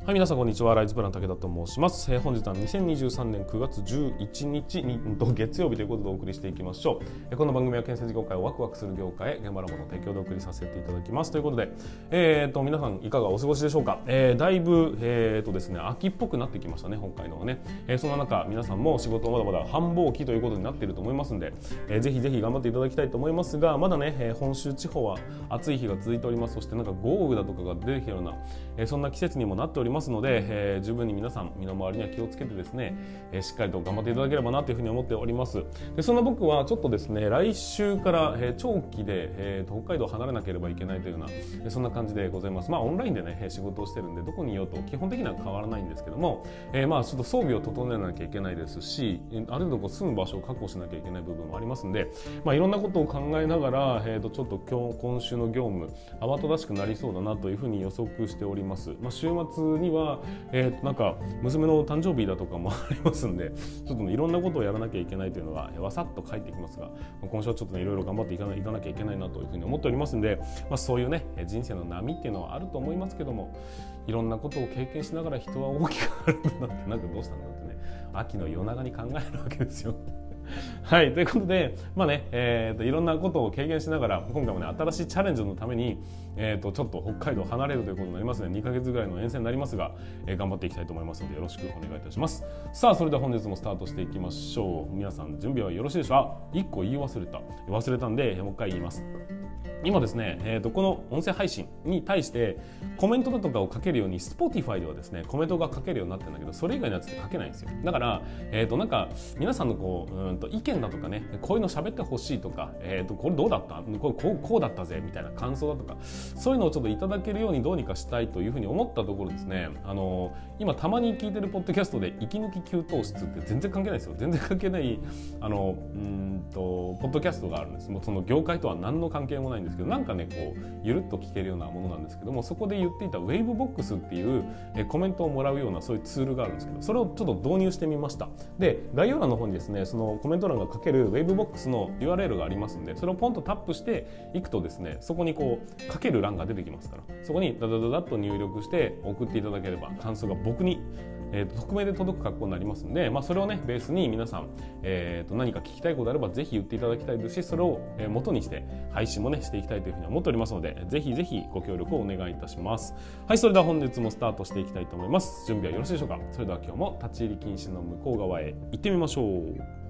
はい、皆さんこんにちは。ライズプラン武田と申します。本日は2023年9月11日に月曜日ということでお送りしていきましょう。この番組は建設業界をワクワクする業界へ現場のものを提供でお送りさせていただきますということで、皆さんいかがお過ごしでしょうか。だいぶですね、秋っぽくなってきましたね、北海道はね。そんな中皆さんも仕事まだまだ繁忙期ということになっていると思いますので、ぜひぜひ頑張っていただきたいと思いますが、まだね、本州地方は暑い日が続いております。そしてなんか豪雨だとかが出てきているような、そんな季節にもなっておりますので、十分に皆さん身の回りには気をつけてですね、しっかりと頑張っていただければなというふうに思っております。でそんな僕はちょっとですね、来週から、長期で、北海道を離れなければいけないというような、そんな感じでございます。オンラインでね、仕事をしてるんでどこにいようと基本的には変わらないんですけども、ちょっと装備を整えなきゃいけないですし、ある程度住む場所を確保しなきゃいけない部分もありますんで、いろんなことを考えながら、ちょっと今週の業務慌ただしくなりそうだなというふうに予測しております。週末には、なんか娘の誕生日だとかもありますんで、ちょっと、いろんなことをやらなきゃいけないというのがわさっと返ってきますが、今週はちょっとね、いろいろ頑張っていかなきゃいけないなというふうに思っておりますんで、そういうね、人生の波っていうのはあると思いますけども、いろんなことを経験しながら人は大きくなるんだなって、なんかどうしたんだってね、秋の夜長に考えるわけですよ。はい、ということで、いろんなことを経験しながら、今回もね、新しいチャレンジのために、ちょっと北海道を離れるということになりますので、2ヶ月ぐらいの遠征になりますが、頑張っていきたいと思いますので、よろしくお願いいたします。さあ、それでは本日もスタートしていきましょう。皆さん準備はよろしいでしょうか。1個言い忘れたんで、もう一回言います。今ですね、この音声配信に対してコメントだとかを書けるように Spotify ではですね、コメントが書けるようになってるんだけど、それ以外のやつって書けないんですよ。だから、なんか皆さんの意見だとかね、こういうの喋ってほしいとか、これどうだった、こうだったぜみたいな感想だとか、そういうのをちょっといただけるようにどうにかしたいというふうに思ったところですね、今たまに聞いてるポッドキャストで息抜き給湯室って全然関係ないですよ。全然関係ないポッドキャストがあるんです。もうその業界とは何の関係もないんですけど、なんかね、こうゆるっと聞けるようなものなんですけども、そこで言っていたウェーブボックスっていうコメントをもらうようなそういうツールがあるんですけど、それをちょっと導入してみました。で、概要欄の方にですね、そのコメント欄が書けるウェーブボックスの URL がありますんで、それをポンとタップしていくとですね、そこにこう書ける欄が出てきますから、そこにダダダダッと入力して送っていただければ、感想が僕に匿名で届く格好になりますので、それをねベースに皆さん、何か聞きたいことあればぜひ言っていただきたいですし、それを元にして配信もねしていきたいというふうに思っておりますので、ぜひぜひご協力をお願いいたします。はい、それでは本日もスタートしていきたいと思います。準備はよろしいでしょうか。それでは今日も立ち入り禁止の向こう側へ行ってみましょう。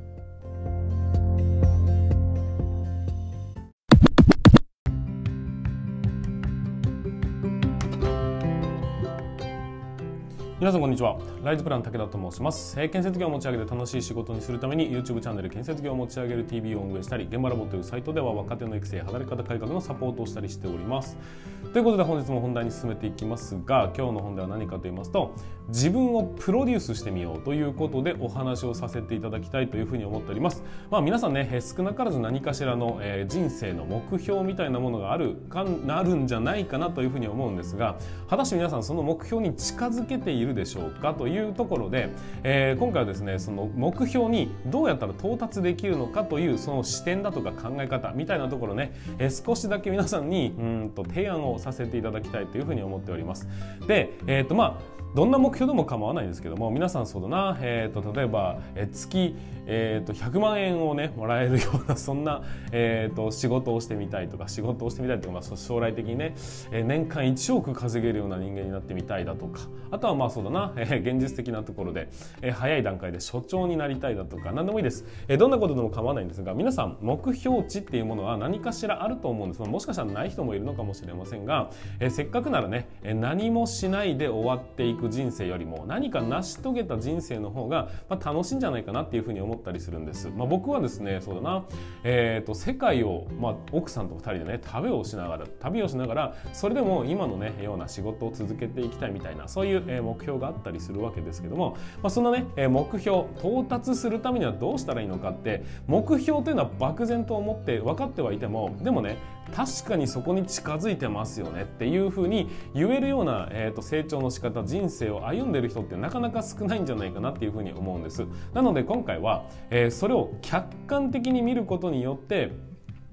皆さんこんにちは。ライズプラン武田と申します。建設業を持ち上げて楽しい仕事にするために YouTube チャンネル建設業を持ち上げる TV を運営したり、現場ラボというサイトでは若手の育成、働き方改革のサポートをしたりしております。ということで本日も本題に進めていきますが、今日の本題は何かと言いますと、自分をプロデュースしてみようということでお話をさせていただきたいというふうに思っております。皆さんね、少なからず何かしらの人生の目標みたいなものがあるんじゃないかなというふうに思うんですが、果たして皆さんその目標に近づけているでしょうかというところで、今回はですね、その目標にどうやったら到達できるのかというその視点だとか考え方みたいなところね、少しだけ皆さんに提案をさせていただきたいというふうに思っております。で、どんな目標でも構わないんですけども、皆さんそうだな、例えば月、100万円をねもらえるようなそんな、仕事をしてみたいとか、というか、将来的にね、年間1億稼げるような人間になってみたいだとか、あとはそうだな、現実的なところで、早い段階で所長になりたいだとか、何でもいいです。どんなことでも構わないんですが、皆さん目標値っていうものは何かしらあると思うんです。もしかしたらない人もいるのかもしれませんが、せっかくならね、何もしないで終わっていく人生よりも何か成し遂げた人生の方が、楽しいんじゃないかなっていうふうに思ったりするんです。僕はですね、そうだな、世界を、奥さんと2人でね旅をしながらそれでも今のねような仕事を続けていきたいみたいな、そういう、目標があったりするわけですけども、そのね、目標到達するためにはどうしたらいいのかって、目標というのは漠然と思って分かってはいても、でもね確かにそこに近づいてますよねっていうふうに言えるような、成長の仕方、人生を歩んでる人ってなかなか少ないんじゃないかなっていうふうに思うんです。なので今回は、それを客観的に見ることによって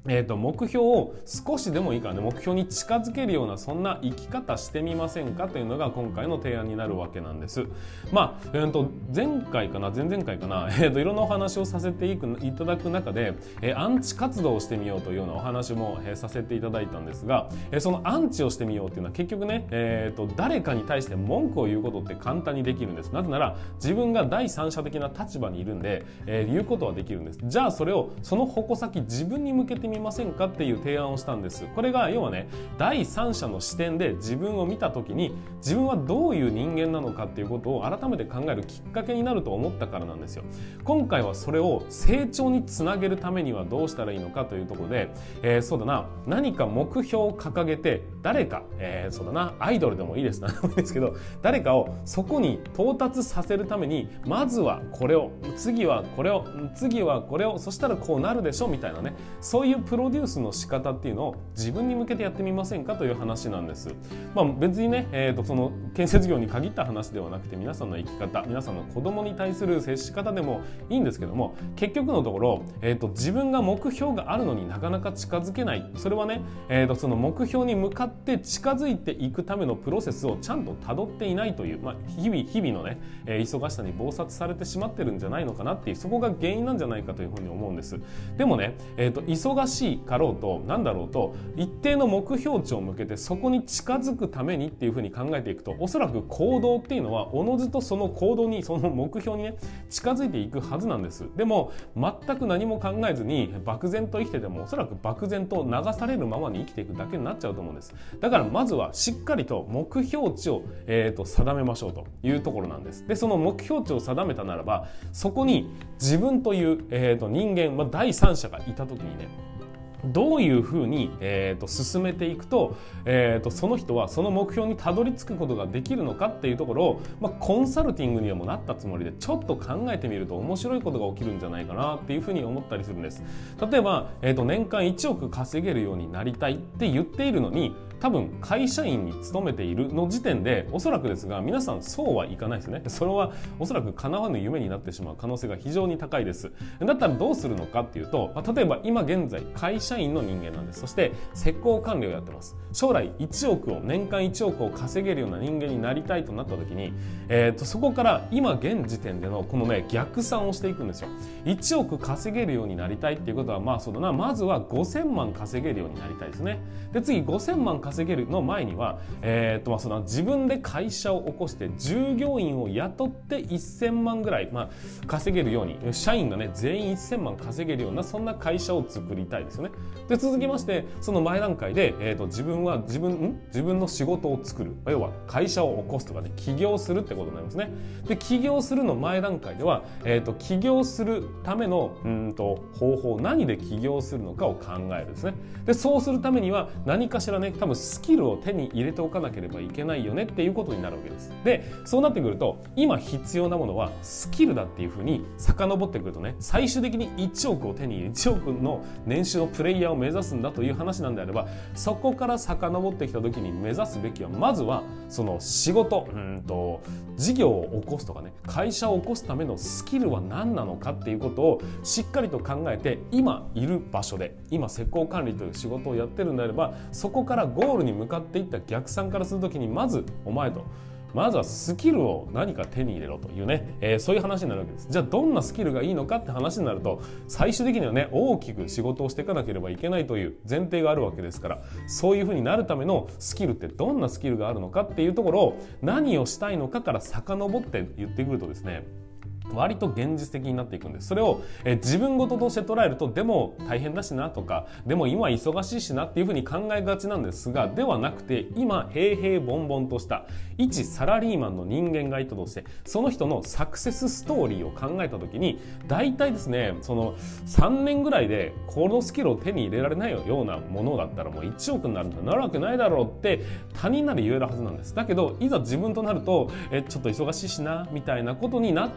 目標を少しでもいいからね、目標に近づけるようなそんな生き方してみませんかというのが今回の提案になるわけなんです。まあ、前々回かな、いろんなお話をさせていただく中で、アンチ活動をしてみようというようなお話も、させていただいたんですが、そのアンチをしてみようというのは結局ね、誰かに対して文句を言うことって簡単にできるんです。なぜなら自分が第三者的な立場にいるんで、言うことはできるんです。じゃあそれをその矛先自分に向けてみませんかっていう提案をしたんです。これが要はね、第三者の視点で自分を見た時に自分はどういう人間なのかっていうことを改めて考えるきっかけになると思ったからなんですよ。今回はそれを成長につなげるためにはどうしたらいいのかというところで、そうだな、何か目標を掲げて誰か、そうだな、アイドルでもいいです何でもいいですけど、誰かをそこに到達させるためにまずはこれを、次はこれを、次はこれを、そしたらこうなるでしょみたいなね、そういうプロデュースの仕方っていうのを自分に向けてやってみませんかという話なんです。まあ、別にね、その建設業に限った話ではなくて、皆さんの生き方、皆さんの子供に対する接し方でもいいんですけども、結局のところ、自分が目標があるのになかなか近づけない、それはね、その目標に向かって近づいていくためのプロセスをちゃんと辿っていないという、日々のね、忙しさに忙殺されてしまってるんじゃないのかなっていう、そこが原因なんじゃないかというふうに思うんです。でもね、忙しいかろうとなんだろうと、一定の目標値を向けてそこに近づくためにっていうふうに考えていくと、おそらく行動っていうのはおのずとその行動に、その目標にね近づいていくはずなんです。でも全く何も考えずに漠然と生きてても、おそらく漠然と流されるままに生きていくだけになっちゃうと思うんです。だからまずはしっかりと目標値を、定めましょうというところなんです。でその目標値を定めたならば、そこに自分という、人間、第三者がいた時にね、どういうふうに、進めていくと、その人はその目標にたどり着くことができるのかっていうところを、コンサルティングにもなったつもりでちょっと考えてみると面白いことが起きるんじゃないかなっていうふうに思ったりするんです。例えば、年間1億稼げるようになりたいって言っているのに、多分会社員に勤めているの時点でおそらくですが、皆さんそうはいかないですね。それはおそらく叶わぬ夢になってしまう可能性が非常に高いです。だったらどうするのかっていうと、例えば今現在会社員の人間なんです。そして施工管理をやってます。将来年間1億を稼げるような人間になりたいとなった時に、そこから今現時点でのこのね逆算をしていくんですよ。1億稼げるようになりたいっていうことは、そうだな、まずは5000万稼げるようになりたいですね。で次5000万稼げるの前には、その自分で会社を起こして従業員を雇って1000万ぐらい、稼げるように、社員がね全員1000万稼げるようなそんな会社を作りたいですよね。で続きまして、その前段階で、自分の仕事を作る、要は会社を起こすとかね、起業するってことになりますね。で起業するの前段階では、起業するための方法、何で起業するのかを考えるですね。でそうするためには何かしらね、多分スキルを手に入れておかなければいけないよねっていうことになるわけです。でそうなってくると、今必要なものはスキルだっていうふうに遡ってくるとね、最終的に1億を手に入れ、1億の年収のプレイヤーを目指すんだという話なんであれば、そこから遡ってきた時に目指すべきは、まずはその仕事、事業を起こすとかね、会社を起こすためのスキルは何なのかっていうことをしっかりと考えて、今いる場所で今施工管理という仕事をやってるんであれば、そこからゴールに向かっていった逆算からするときに、まずはスキルを何か手に入れろというね、そういう話になるわけです。じゃあどんなスキルがいいのかって話になると、最終的にはね大きく仕事をしていかなければいけないという前提があるわけですから、そういうふうになるためのスキルってどんなスキルがあるのかっていうところを、何をしたいのかから遡って言ってくるとですね、割と現実的になっていくんです。それを自分事として捉えると、でも大変だしなとか、でも今忙しいしなっていうふうに考えがちなんですが、ではなくて、今平々凡々とした一サラリーマンの人間がいたとして、その人のサクセスストーリーを考えた時に、大体ですね、その3年ぐらいでこのスキルを手に入れられないようなものだったら、もう1億になるんだ、なるわけないだろうって他人なら言えるはずなんです。だけどいざ自分となると、ちょっと忙しいしなみたいなことになってしま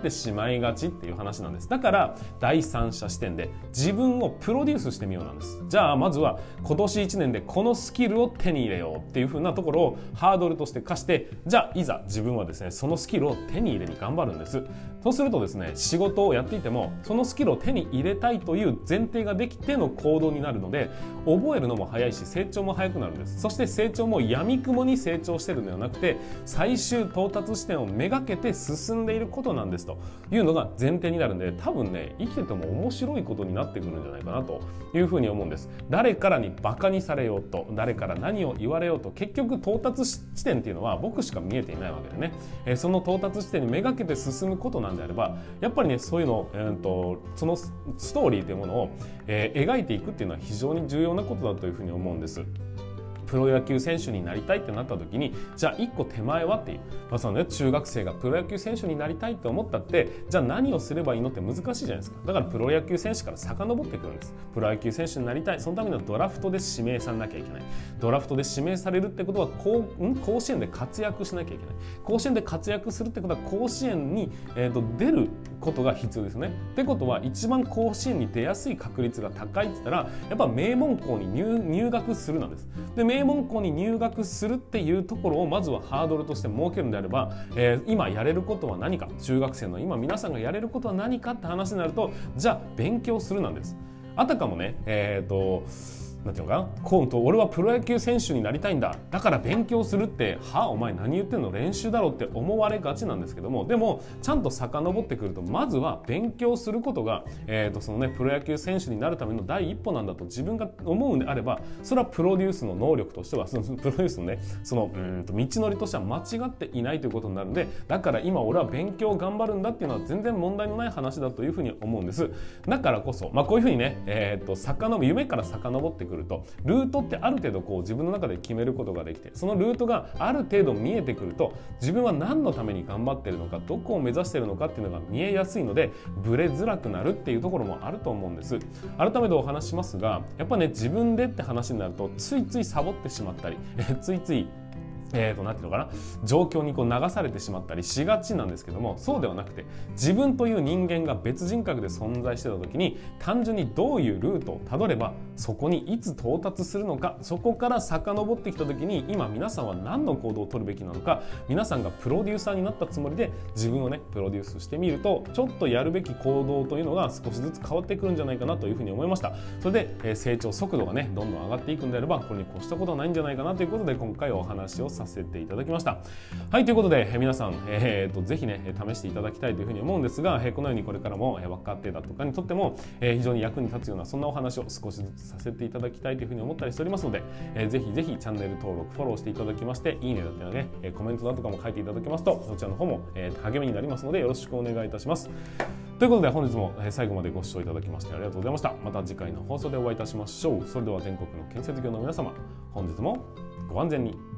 まいがちっていう話なんです。だから第三者視点で自分をプロデュースしてみようなんです。じゃあまずは今年1年でこのスキルを手に入れようっていう風なところをハードルとして課して、じゃあいざ自分はですねそのスキルを手に入れに頑張るんです。そうするとですね、仕事をやっていてもそのスキルを手に入れたいという前提ができての行動になるので、覚えるのも早いし成長も早くなるんです。そして成長も闇雲に成長しているのではなくて、最終到達地点をめがけて進んでいることなんですというのが前提になるんで、多分ね生きてても面白いことになってくるんじゃないかなというふうに思うんです。誰からにバカにされようと、誰から何を言われようと、結局到達地点っていうのは僕しか見えていないわけでね、その到達地点にめがけて進むことなんであれば、やっぱりねそういうのを、そのストーリーというものを、描いていくっていうのは非常に重要なことだというふうに思うんです。プロ野球選手になりたいってなった時に、じゃあ一個手前はっていう、そのね、中学生がプロ野球選手になりたいと思ったって、じゃあ何をすればいいのって難しいじゃないですか。だからプロ野球選手から遡ってくるんです。プロ野球選手になりたい、そのためにはドラフトで指名されなきゃいけない。ドラフトで指名されるってことは甲子園で活躍しなきゃいけない。甲子園で活躍するってことは甲子園に、出ることが必要ですね。ってことは一番甲子園に出やすい確率が高いって言ったら、やっぱ名門校に入学するなんです。で、名門校に入学するっていうところをまずはハードルとして設けるのであれば、今やれることは何か、中学生の今皆さんがやれることは何かって話になると、じゃあ勉強するなんです。あたかもね、なんていうのかな、今度俺はプロ野球選手になりたいんだ、だから勉強するって、お前何言ってんの、練習だろって思われがちなんですけども、でもちゃんと遡ってくると、まずは勉強することが、そのねプロ野球選手になるための第一歩なんだと自分が思うんであれば、それはプロデュースの能力としては、そのプロデュースのねその道のりとしては間違っていないということになるので、だから今俺は勉強頑張るんだっていうのは全然問題のない話だというふうに思うんです。だからこそ、こういうふうにね、夢から遡ってくると、ルートってある程度自分の中で決めることができて、そのルートがある程度見えてくると、自分は何のために頑張っているのか、どこを目指しているのかっていうのが見えやすいので、ブレづらくなるっていうところもあると思うんです。改めてお話しますが、やっぱね自分でって話になるとついついサボってしまったり、ついついなんていうのかな、状況に流されてしまったりしがちなんですけども、そうではなくて、自分という人間が別人格で存在してた時に、単純にどういうルートをたどればそこにいつ到達するのか、そこから遡ってきた時に今皆さんは何の行動を取るべきなのか、皆さんがプロデューサーになったつもりで自分をねプロデュースしてみると、ちょっとやるべき行動というのが少しずつ変わってくるんじゃないかなというふうに思いました。それで、成長速度がねどんどん上がっていくんであれば、これに越したことはないんじゃないかなということで、今回お話をさせていただきました。はい、ということで、皆さん、ぜひね試していただきたいというふうに思うんですが、このようにこれからも若手だとかにとっても、非常に役に立つようなそんなお話を少しずつさせていただきたいというふうに思ったりしておりますので、ぜひぜひチャンネル登録フォローしていただきまして、いいねだったりね、コメントだとかも書いていただけますと、そちらの方も、励みになりますのでよろしくお願いいたします。ということで、本日も最後までご視聴いただきましてありがとうございました。また次回の放送でお会いいたしましょう。それでは全国の建設業の皆様、本日もご安全に。